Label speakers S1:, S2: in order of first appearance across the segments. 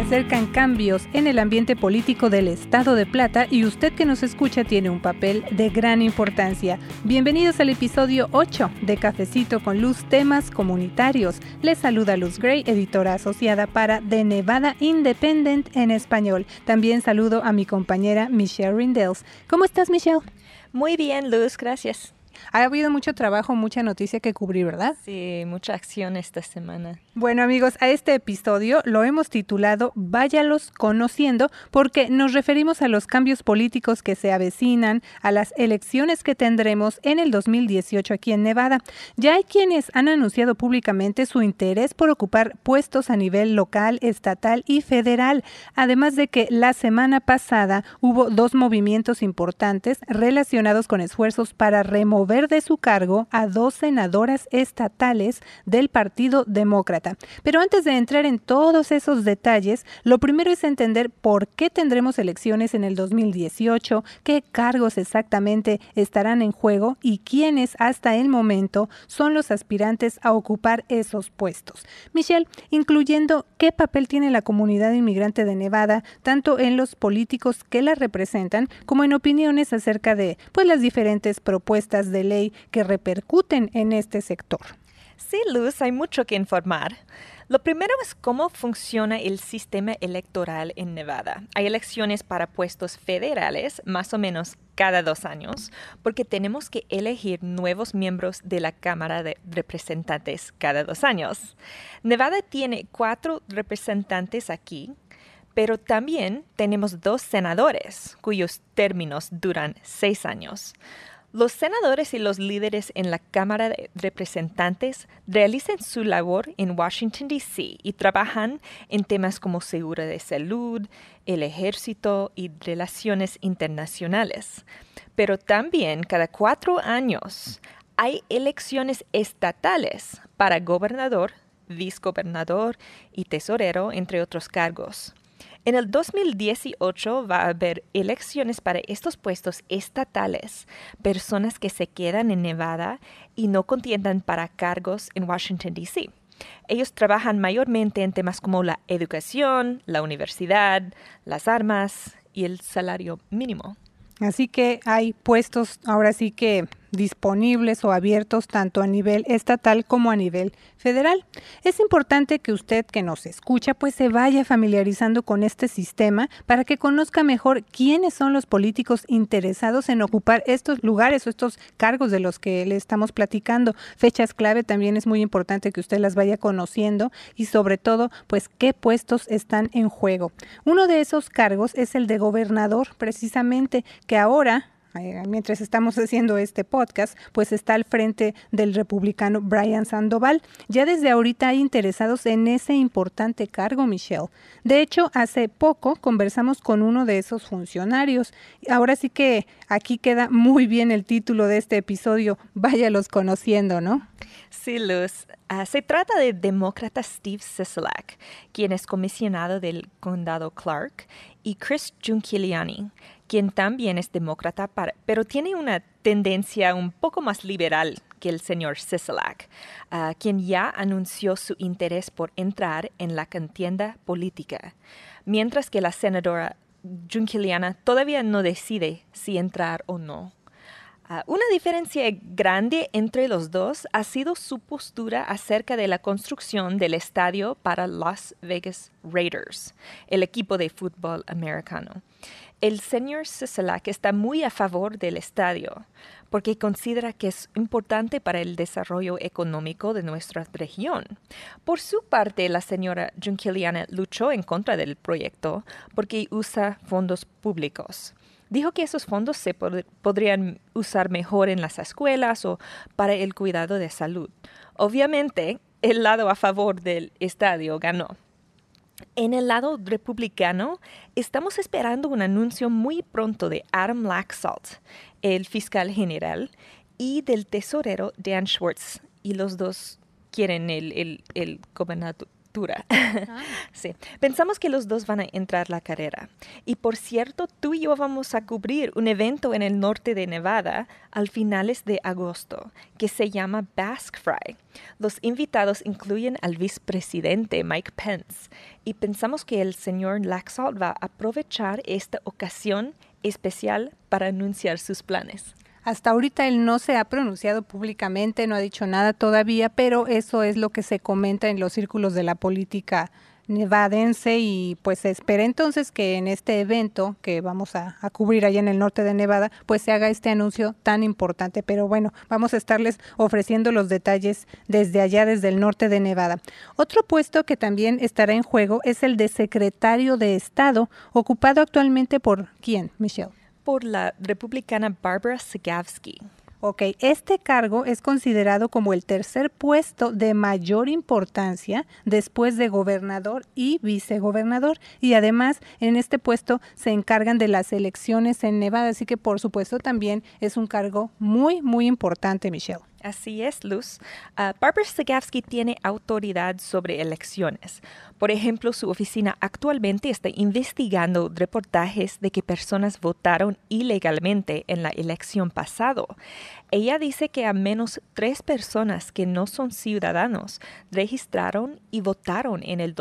S1: acercan cambios en el ambiente político del Estado de Plata y usted que nos escucha tiene un papel de gran importancia. Bienvenidos al episodio 8 de Cafecito con Luz, temas comunitarios. Les saluda Luz Gray, editora asociada para The Nevada Independent en español. También saludo a mi compañera Michelle Rindels. ¿Cómo estás, Michelle?
S2: Muy bien, Luz, gracias.
S1: Ha habido mucho trabajo, mucha noticia que cubrir, ¿verdad?
S2: Sí, mucha acción esta semana.
S1: Bueno, amigos, a este episodio lo hemos titulado Váyalos conociendo porque nos referimos a los cambios políticos que se avecinan, a las elecciones que tendremos en el 2018 aquí en Nevada. Ya hay quienes han anunciado públicamente su interés por ocupar puestos a nivel local, estatal y federal, además de que la semana pasada hubo dos movimientos importantes relacionados con esfuerzos para remover de su cargo a dos senadoras estatales del Partido Demócrata. Pero antes de entrar en todos esos detalles, lo primero es entender por qué tendremos elecciones en el 2018, qué cargos exactamente estarán en juego y quiénes hasta el momento son los aspirantes a ocupar esos puestos. Michelle, incluyendo qué papel tiene la comunidad inmigrante de Nevada, tanto en los políticos que la representan, como en opiniones acerca de las diferentes propuestas de ley que repercuten en este sector.
S2: Sí, Luz, hay mucho que informar. Lo primero es cómo funciona el sistema electoral en Nevada. Hay elecciones para puestos federales más o menos cada 2 años, porque tenemos que elegir nuevos miembros de la Cámara de Representantes cada 2 años. Nevada tiene 4 representantes aquí, pero también tenemos 2 senadores, cuyos términos duran 6 años. Los senadores y los líderes en la Cámara de Representantes realizan su labor en Washington, D.C. y trabajan en temas como seguro de salud, el ejército y relaciones internacionales. Pero también cada 4 años hay elecciones estatales para gobernador, vicegobernador y tesorero, entre otros cargos. En el 2018 va a haber elecciones para estos puestos estatales, personas que se quedan en Nevada y no contiendan para cargos en Washington, D.C. Ellos trabajan mayormente en temas como la educación, la universidad, las armas y el salario mínimo.
S1: Así que hay puestos ahora sí que disponibles o abiertos tanto a nivel estatal como a nivel federal. Es importante que usted que nos escucha se vaya familiarizando con este sistema para que conozca mejor quiénes son los políticos interesados en ocupar estos lugares o estos cargos de los que le estamos platicando. Fechas clave también es muy importante que usted las vaya conociendo y sobre todo qué puestos están en juego. Uno de esos cargos es el de gobernador, precisamente, que ahora, mientras estamos haciendo este podcast, está al frente del republicano Brian Sandoval. Ya desde ahorita hay interesados en ese importante cargo, Michelle. De hecho, hace poco conversamos con uno de esos funcionarios. Ahora sí que aquí queda muy bien el título de este episodio, váyalos conociendo, ¿no?
S2: Sí, Luz. Se trata del demócrata Steve Sisolak, quien es comisionado del condado Clark, y Chris Giuliani, quien también es demócrata, pero tiene una tendencia un poco más liberal que el señor Sisolak, quien ya anunció su interés por entrar en la contienda política, mientras que la senadora Giuliani todavía no decide si entrar o no. Una diferencia grande entre los dos ha sido su postura acerca de la construcción del estadio para Las Vegas Raiders, el equipo de fútbol americano. El señor Sisolak está muy a favor del estadio porque considera que es importante para el desarrollo económico de nuestra región. Por su parte, la señora Giuliani luchó en contra del proyecto porque usa fondos públicos. Dijo que esos fondos se podrían usar mejor en las escuelas o para el cuidado de salud. Obviamente, el lado a favor del estadio ganó. En el lado republicano, estamos esperando un anuncio muy pronto de Adam Laxalt, el fiscal general, y del tesorero Dan Schwartz. Y los dos quieren el altura. Sí. Pensamos que los dos van a entrar la carrera. Y por cierto, tú y yo vamos a cubrir un evento en el norte de Nevada al finales de agosto que se llama Basque Fry. Los invitados incluyen al vicepresidente Mike Pence y pensamos que el señor Laxalt va a aprovechar esta ocasión especial para anunciar sus planes.
S1: Hasta ahorita él no se ha pronunciado públicamente, no ha dicho nada todavía, pero eso es lo que se comenta en los círculos de la política nevadense y pues se espera entonces que en este evento que vamos a cubrir allá en el norte de Nevada, pues se haga este anuncio tan importante. Pero bueno, vamos a estarles ofreciendo los detalles desde allá, desde el norte de Nevada. Otro puesto que también estará en juego es el de secretario de Estado, ocupado actualmente por ¿quién, Michelle?
S2: Por la republicana Barbara Cegavske.
S1: Ok, este cargo es considerado como el tercer puesto de mayor importancia después de gobernador y vicegobernador. Y además, en este puesto se encargan de las elecciones en Nevada, así que por supuesto también es un cargo muy, muy importante, Michelle.
S2: Así es, Luz. Barbara Cegavske tiene autoridad sobre elecciones. Por ejemplo, su oficina actualmente está investigando reportajes de que personas votaron ilegalmente en la elección pasada. Ella dice que al menos 3 personas que no son ciudadanos registraron y votaron en el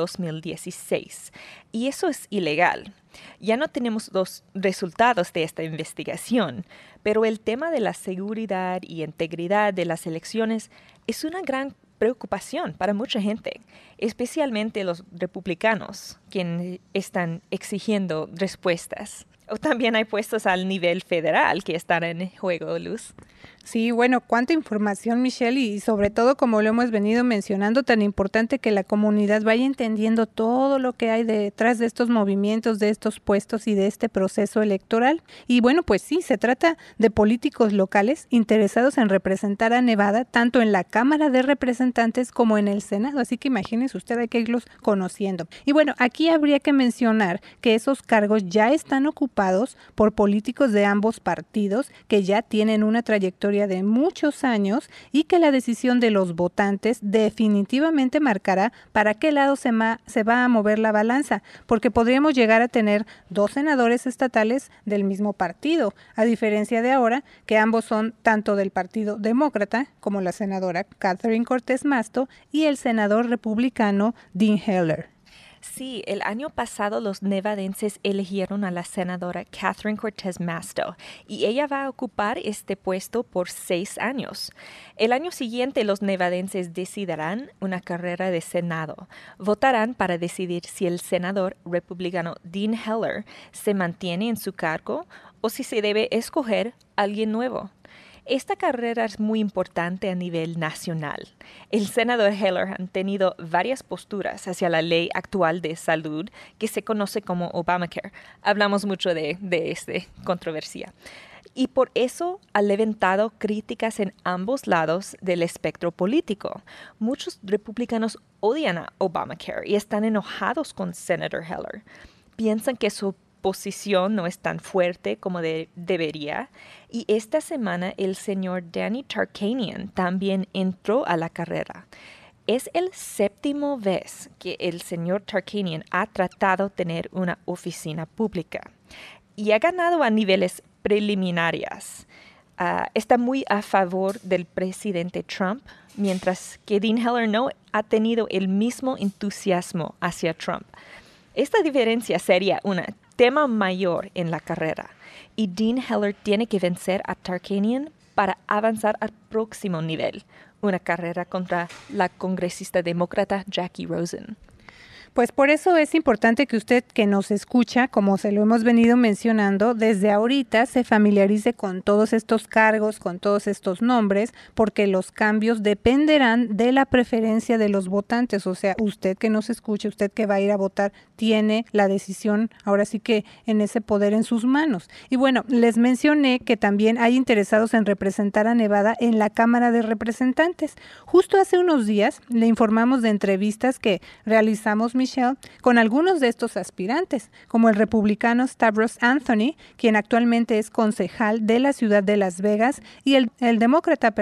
S2: 2016. Y eso es ilegal. Ya no tenemos los resultados de esta investigación, pero el tema de la seguridad y integridad de las elecciones es una gran preocupación para mucha gente, especialmente los republicanos, quienes están exigiendo respuestas. O también hay puestos al nivel federal que están en juego, Luz.
S1: Sí, bueno, cuánta información, Michelle, y sobre todo, como lo hemos venido mencionando, tan importante que la comunidad vaya entendiendo todo lo que hay detrás de estos movimientos, de estos puestos y de este proceso electoral. Y bueno, pues sí, se trata de políticos locales interesados en representar a Nevada, tanto en la Cámara de Representantes como en el Senado, así que imagínense usted, hay que irlos conociendo. Y bueno, aquí habría que mencionar que esos cargos ya están ocupados por políticos de ambos partidos que ya tienen una trayectoria de muchos años y que la decisión de los votantes definitivamente marcará para qué lado se va a mover la balanza, porque podríamos llegar a tener 2 senadores estatales del mismo partido, a diferencia de ahora que ambos son tanto del Partido Demócrata, como la senadora Catherine Cortez Masto y el senador republicano Dean Heller.
S2: Sí, el año pasado los nevadenses eligieron a la senadora Catherine Cortez Masto y ella va a ocupar este puesto por 6 años. El año siguiente los nevadenses decidirán una carrera de Senado. Votarán para decidir si el senador republicano Dean Heller se mantiene en su cargo o si se debe escoger a alguien nuevo. Esta carrera es muy importante a nivel nacional. El senador Heller ha tenido varias posturas hacia la ley actual de salud que se conoce como Obamacare. Hablamos mucho de esta controversia. Y por eso ha levantado críticas en ambos lados del espectro político. Muchos republicanos odian a Obamacare y están enojados con Senator Heller. Piensan que su posición no es tan fuerte como debería. Y esta semana el señor Danny Tarkanian también entró a la carrera. Es el 7ª vez que el señor Tarkanian ha tratado de tener una oficina pública y ha ganado a niveles preliminares. Está muy a favor del presidente Trump, mientras que Dean Heller no ha tenido el mismo entusiasmo hacia Trump. Esta diferencia sería un tema mayor en la carrera y Dean Heller tiene que vencer a Tarkanian para avanzar al próximo nivel, una carrera contra la congresista demócrata Jackie Rosen.
S1: Pues por eso es importante que usted que nos escucha, como se lo hemos venido mencionando, desde ahorita se familiarice con todos estos cargos, con todos estos nombres, porque los cambios dependerán de la preferencia de los votantes. O sea, usted que nos escucha, usted que va a ir a votar, tiene la decisión ahora sí que en ese poder en sus manos. Y bueno, les mencioné que también hay interesados en representar a Nevada en la Cámara de Representantes. Justo hace unos días le informamos de entrevistas que realizamos, Michelle, con algunos de estos aspirantes, como el republicano Stavros Anthony, quien actualmente es concejal de la ciudad de Las Vegas, y el demócrata,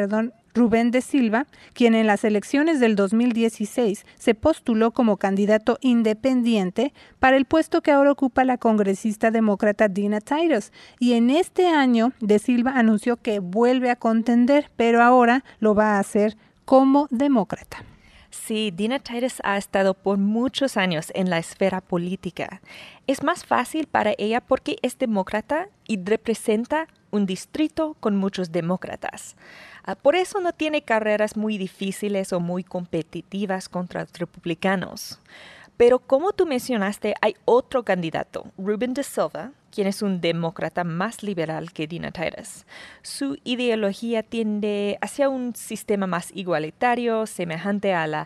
S1: Rubén de Silva, quien en las elecciones del 2016 se postuló como candidato independiente para el puesto que ahora ocupa la congresista demócrata Dina Titus. Y en este año, de Silva anunció que vuelve a contender, pero ahora lo va a hacer como demócrata.
S2: Sí, Dina Titus ha estado por muchos años en la esfera política. Es más fácil para ella porque es demócrata y representa un distrito con muchos demócratas. Por eso no tiene carreras muy difíciles o muy competitivas contra los republicanos. Pero como tú mencionaste, hay otro candidato, Rubén de Silva, quien es un demócrata más liberal que Dina Titus. Su ideología tiende hacia un sistema más igualitario, semejante al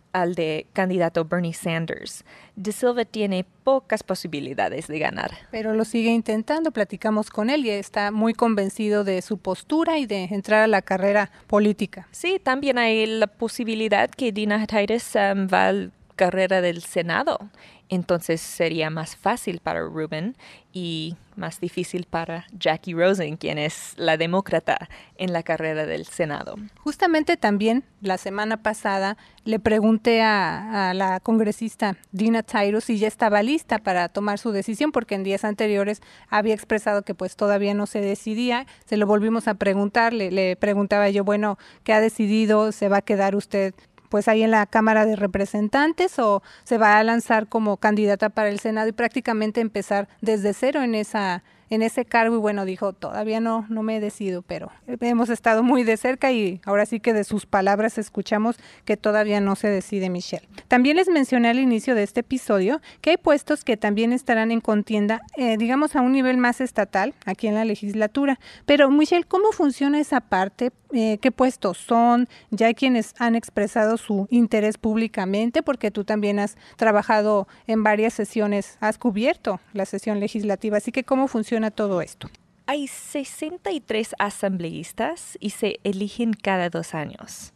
S2: de candidato Bernie Sanders. De Silva tiene pocas posibilidades de ganar.
S1: Pero lo sigue intentando, platicamos con él y está muy convencido de su postura y de entrar a la carrera política.
S2: Sí, también hay la posibilidad que Dina Titus va a la carrera del Senado. Entonces sería más fácil para Rubén y más difícil para Jackie Rosen, quien es la demócrata en la carrera del Senado.
S1: Justamente también la semana pasada le pregunté a la congresista Dina Titus si ya estaba lista para tomar su decisión, porque en días anteriores había expresado que pues todavía no se decidía. Se lo volvimos a preguntar, le preguntaba yo, bueno, ¿qué ha decidido? ¿Se va a quedar usted pues ahí en la Cámara de Representantes o se va a lanzar como candidata para el Senado y prácticamente empezar desde cero en ese cargo? Y bueno, dijo, todavía no me he decidido, pero hemos estado muy de cerca y ahora sí que de sus palabras escuchamos que todavía no se decide Michelle. También les mencioné al inicio de este episodio que hay puestos que también estarán en contienda, digamos a un nivel más estatal, aquí en la legislatura. Pero Michelle, ¿cómo funciona esa parte? ¿Qué puestos son? Ya hay quienes han expresado su interés públicamente, porque tú también has trabajado en varias sesiones, has cubierto la sesión legislativa, así que ¿cómo funciona todo esto?
S2: Hay 63 asambleístas y se eligen cada 2 años.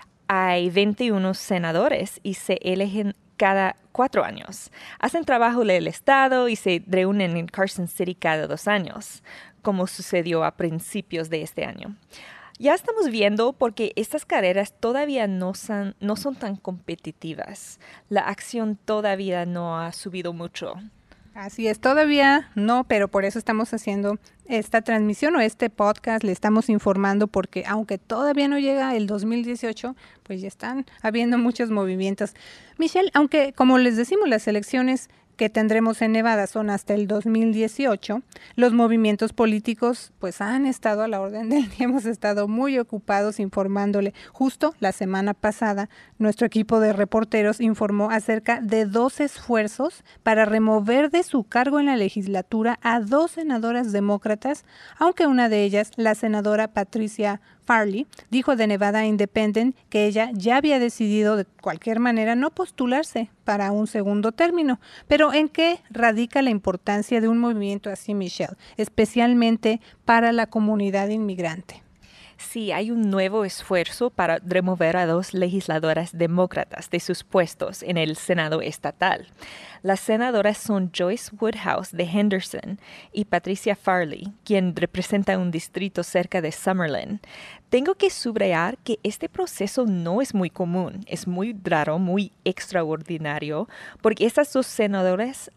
S2: Hay 21 senadores y se eligen cada 4 años. Hacen trabajo en el Estado y se reúnen en Carson City cada 2 años, como sucedió a principios de este año. Ya estamos viendo porque estas carreras todavía no son tan competitivas. La acción todavía no ha subido mucho.
S1: Así es, todavía no, pero por eso estamos haciendo esta transmisión o este podcast, le estamos informando porque aunque todavía no llega el 2018, pues ya están habiendo muchos movimientos. Michelle, aunque como les decimos, las elecciones que tendremos en Nevada son hasta el 2018, los movimientos políticos pues han estado a la orden del día, hemos estado muy ocupados informándole. Justo la semana pasada, nuestro equipo de reporteros informó acerca de 2 esfuerzos para remover de su cargo en la legislatura a 2 senadoras demócratas, aunque una de ellas, la senadora Patricia Farley, dijo de Nevada Independent que ella ya había decidido de cualquier manera no postularse para un segundo término. Pero ¿en qué radica la importancia de un movimiento así, Michelle, especialmente para la comunidad inmigrante?
S2: Sí, hay un nuevo esfuerzo para remover a 2 legisladoras demócratas de sus puestos en el Senado estatal. Las senadoras son Joyce Woodhouse de Henderson y Patricia Farley, quien representa un distrito cerca de Summerlin. Tengo que subrayar que este proceso no es muy común, es muy raro, muy extraordinario, porque estas 2 senadoras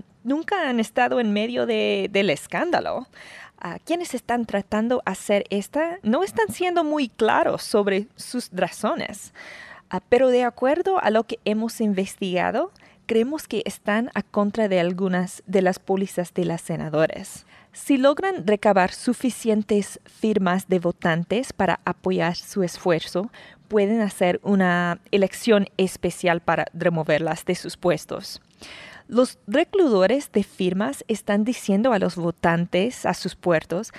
S2: nunca han estado en medio del escándalo. Quienes están tratando de hacer no están siendo muy claros sobre sus razones, pero de acuerdo a lo que hemos investigado, creemos que están a contra de algunas de las pólizas de las senadoras. Si logran recabar suficientes firmas de votantes para apoyar su esfuerzo, pueden hacer una elección especial para removerlas de sus puestos. Los reclutadores de firmas están diciendo a los votantes, a sus puertos,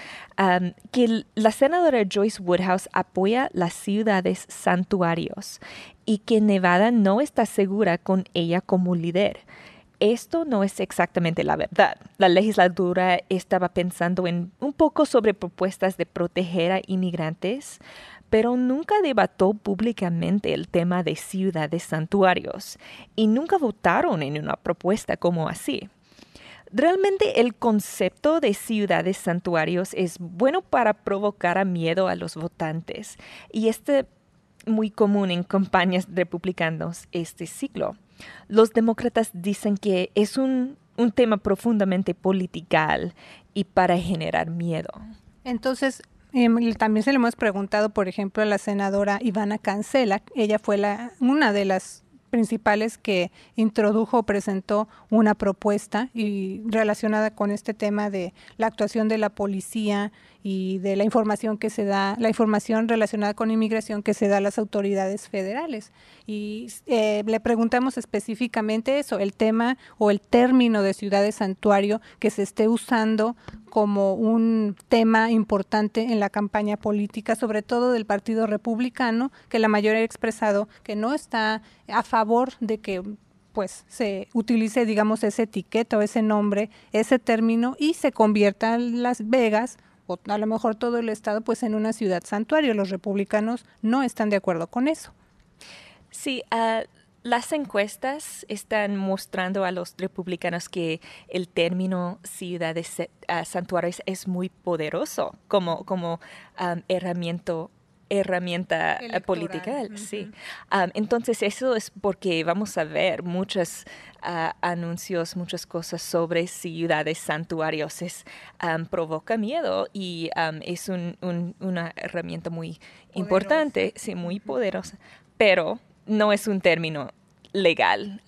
S2: que la senadora Joyce Woodhouse apoya las ciudades santuarios y que Nevada no está segura con ella como líder. Esto no es exactamente la verdad. La legislatura estaba pensando un poco sobre propuestas de proteger a inmigrantes, pero nunca debatió públicamente el tema de ciudades santuarios y nunca votaron en una propuesta como así. Realmente el concepto de ciudades santuarios es bueno para provocar miedo a los votantes y muy común en campañas republicanas este siglo. Los demócratas dicen que es un tema profundamente political y para generar miedo.
S1: Entonces, también se le hemos preguntado, por ejemplo, a la senadora Ivana Cancela. Ella fue una de las principales que introdujo o presentó una propuesta y relacionada con este tema de la actuación de la policía y de la información que se da, la información relacionada con inmigración que se da a las autoridades federales. Y le preguntamos específicamente eso, el tema o el término de ciudades santuario que se esté usando como un tema importante en la campaña política, sobre todo del Partido Republicano, que la mayoría ha expresado que no está a favor de que pues se utilice, digamos, esa etiqueta o ese nombre, ese término, y se convierta Las Vegas o a lo mejor todo el estado pues en una ciudad santuario. Los republicanos no están de acuerdo con eso.
S2: Sí, las encuestas están mostrando a los republicanos que el término ciudades santuarios es muy poderoso como herramienta
S1: electoral,
S2: política. Sí. Entonces eso es porque vamos a ver muchos anuncios, muchas cosas sobre ciudades santuarios. Provoca miedo y es una herramienta muy importante, sí, muy poderosa, pero no es un término legal.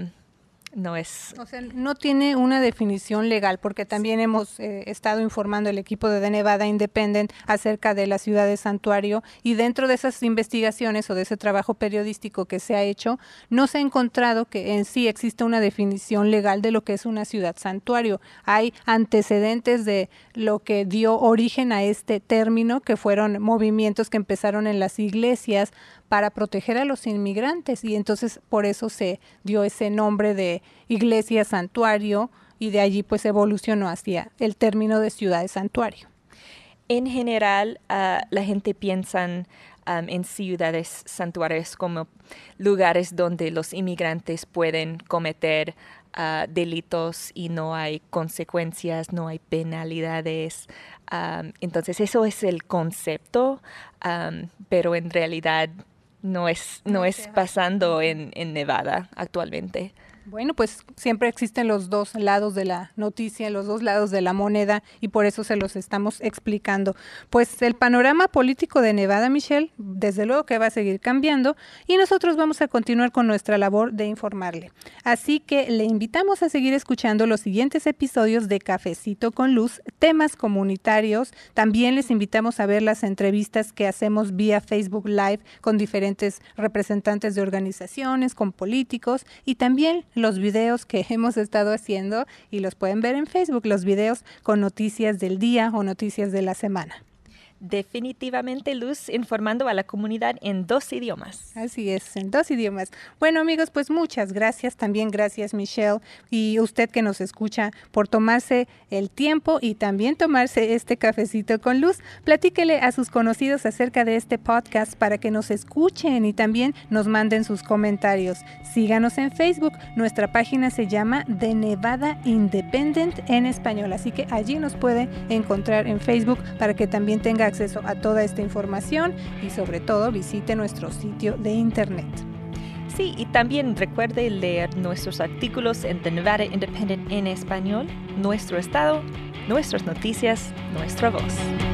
S2: No es...
S1: O sea, no tiene una definición legal, porque también hemos estado informando el equipo de The Nevada Independent acerca de la ciudad de santuario, y dentro de esas investigaciones o de ese trabajo periodístico que se ha hecho, no se ha encontrado que en sí existe una definición legal de lo que es una ciudad santuario. Hay antecedentes de lo que dio origen a este término, que fueron movimientos que empezaron en las iglesias para proteger a los inmigrantes, y entonces por eso se dio ese nombre de iglesia santuario, y de allí pues evolucionó hacia el término de ciudad santuario.
S2: En general, la gente piensa en ciudades santuarios como lugares donde los inmigrantes pueden cometer delitos y no hay consecuencias, no hay penalidades. Entonces eso es el concepto, pero en realidad no es pasando en Nevada actualmente.
S1: Bueno, pues siempre existen los dos lados de la noticia, los dos lados de la moneda, y por eso se los estamos explicando. Pues el panorama político de Nevada, Michelle, desde luego que va a seguir cambiando, y nosotros vamos a continuar con nuestra labor de informarle. Así que le invitamos a seguir escuchando los siguientes episodios de Cafecito con Luz, temas comunitarios. También les invitamos a ver las entrevistas que hacemos vía Facebook Live con diferentes representantes de organizaciones, con políticos, y también los videos que hemos estado haciendo, y los pueden ver en Facebook, los videos con noticias del día o noticias de la semana.
S2: Definitivamente, Luz, informando a la comunidad en 2 idiomas.
S1: Así es, en 2 idiomas. Bueno, amigos, pues muchas gracias. También gracias, Michelle, y usted que nos escucha, por tomarse el tiempo y también tomarse este cafecito con Luz. Platíquele a sus conocidos acerca de este podcast para que nos escuchen y también nos manden sus comentarios. Síganos en Facebook. Nuestra página se llama The Nevada Independent en español, así que allí nos puede encontrar en Facebook para que también tenga acceso a toda esta información, y sobre todo visite nuestro sitio de internet.
S2: Sí, y también recuerde leer nuestros artículos en The Nevada Independent en español, nuestro estado, nuestras noticias, nuestra voz.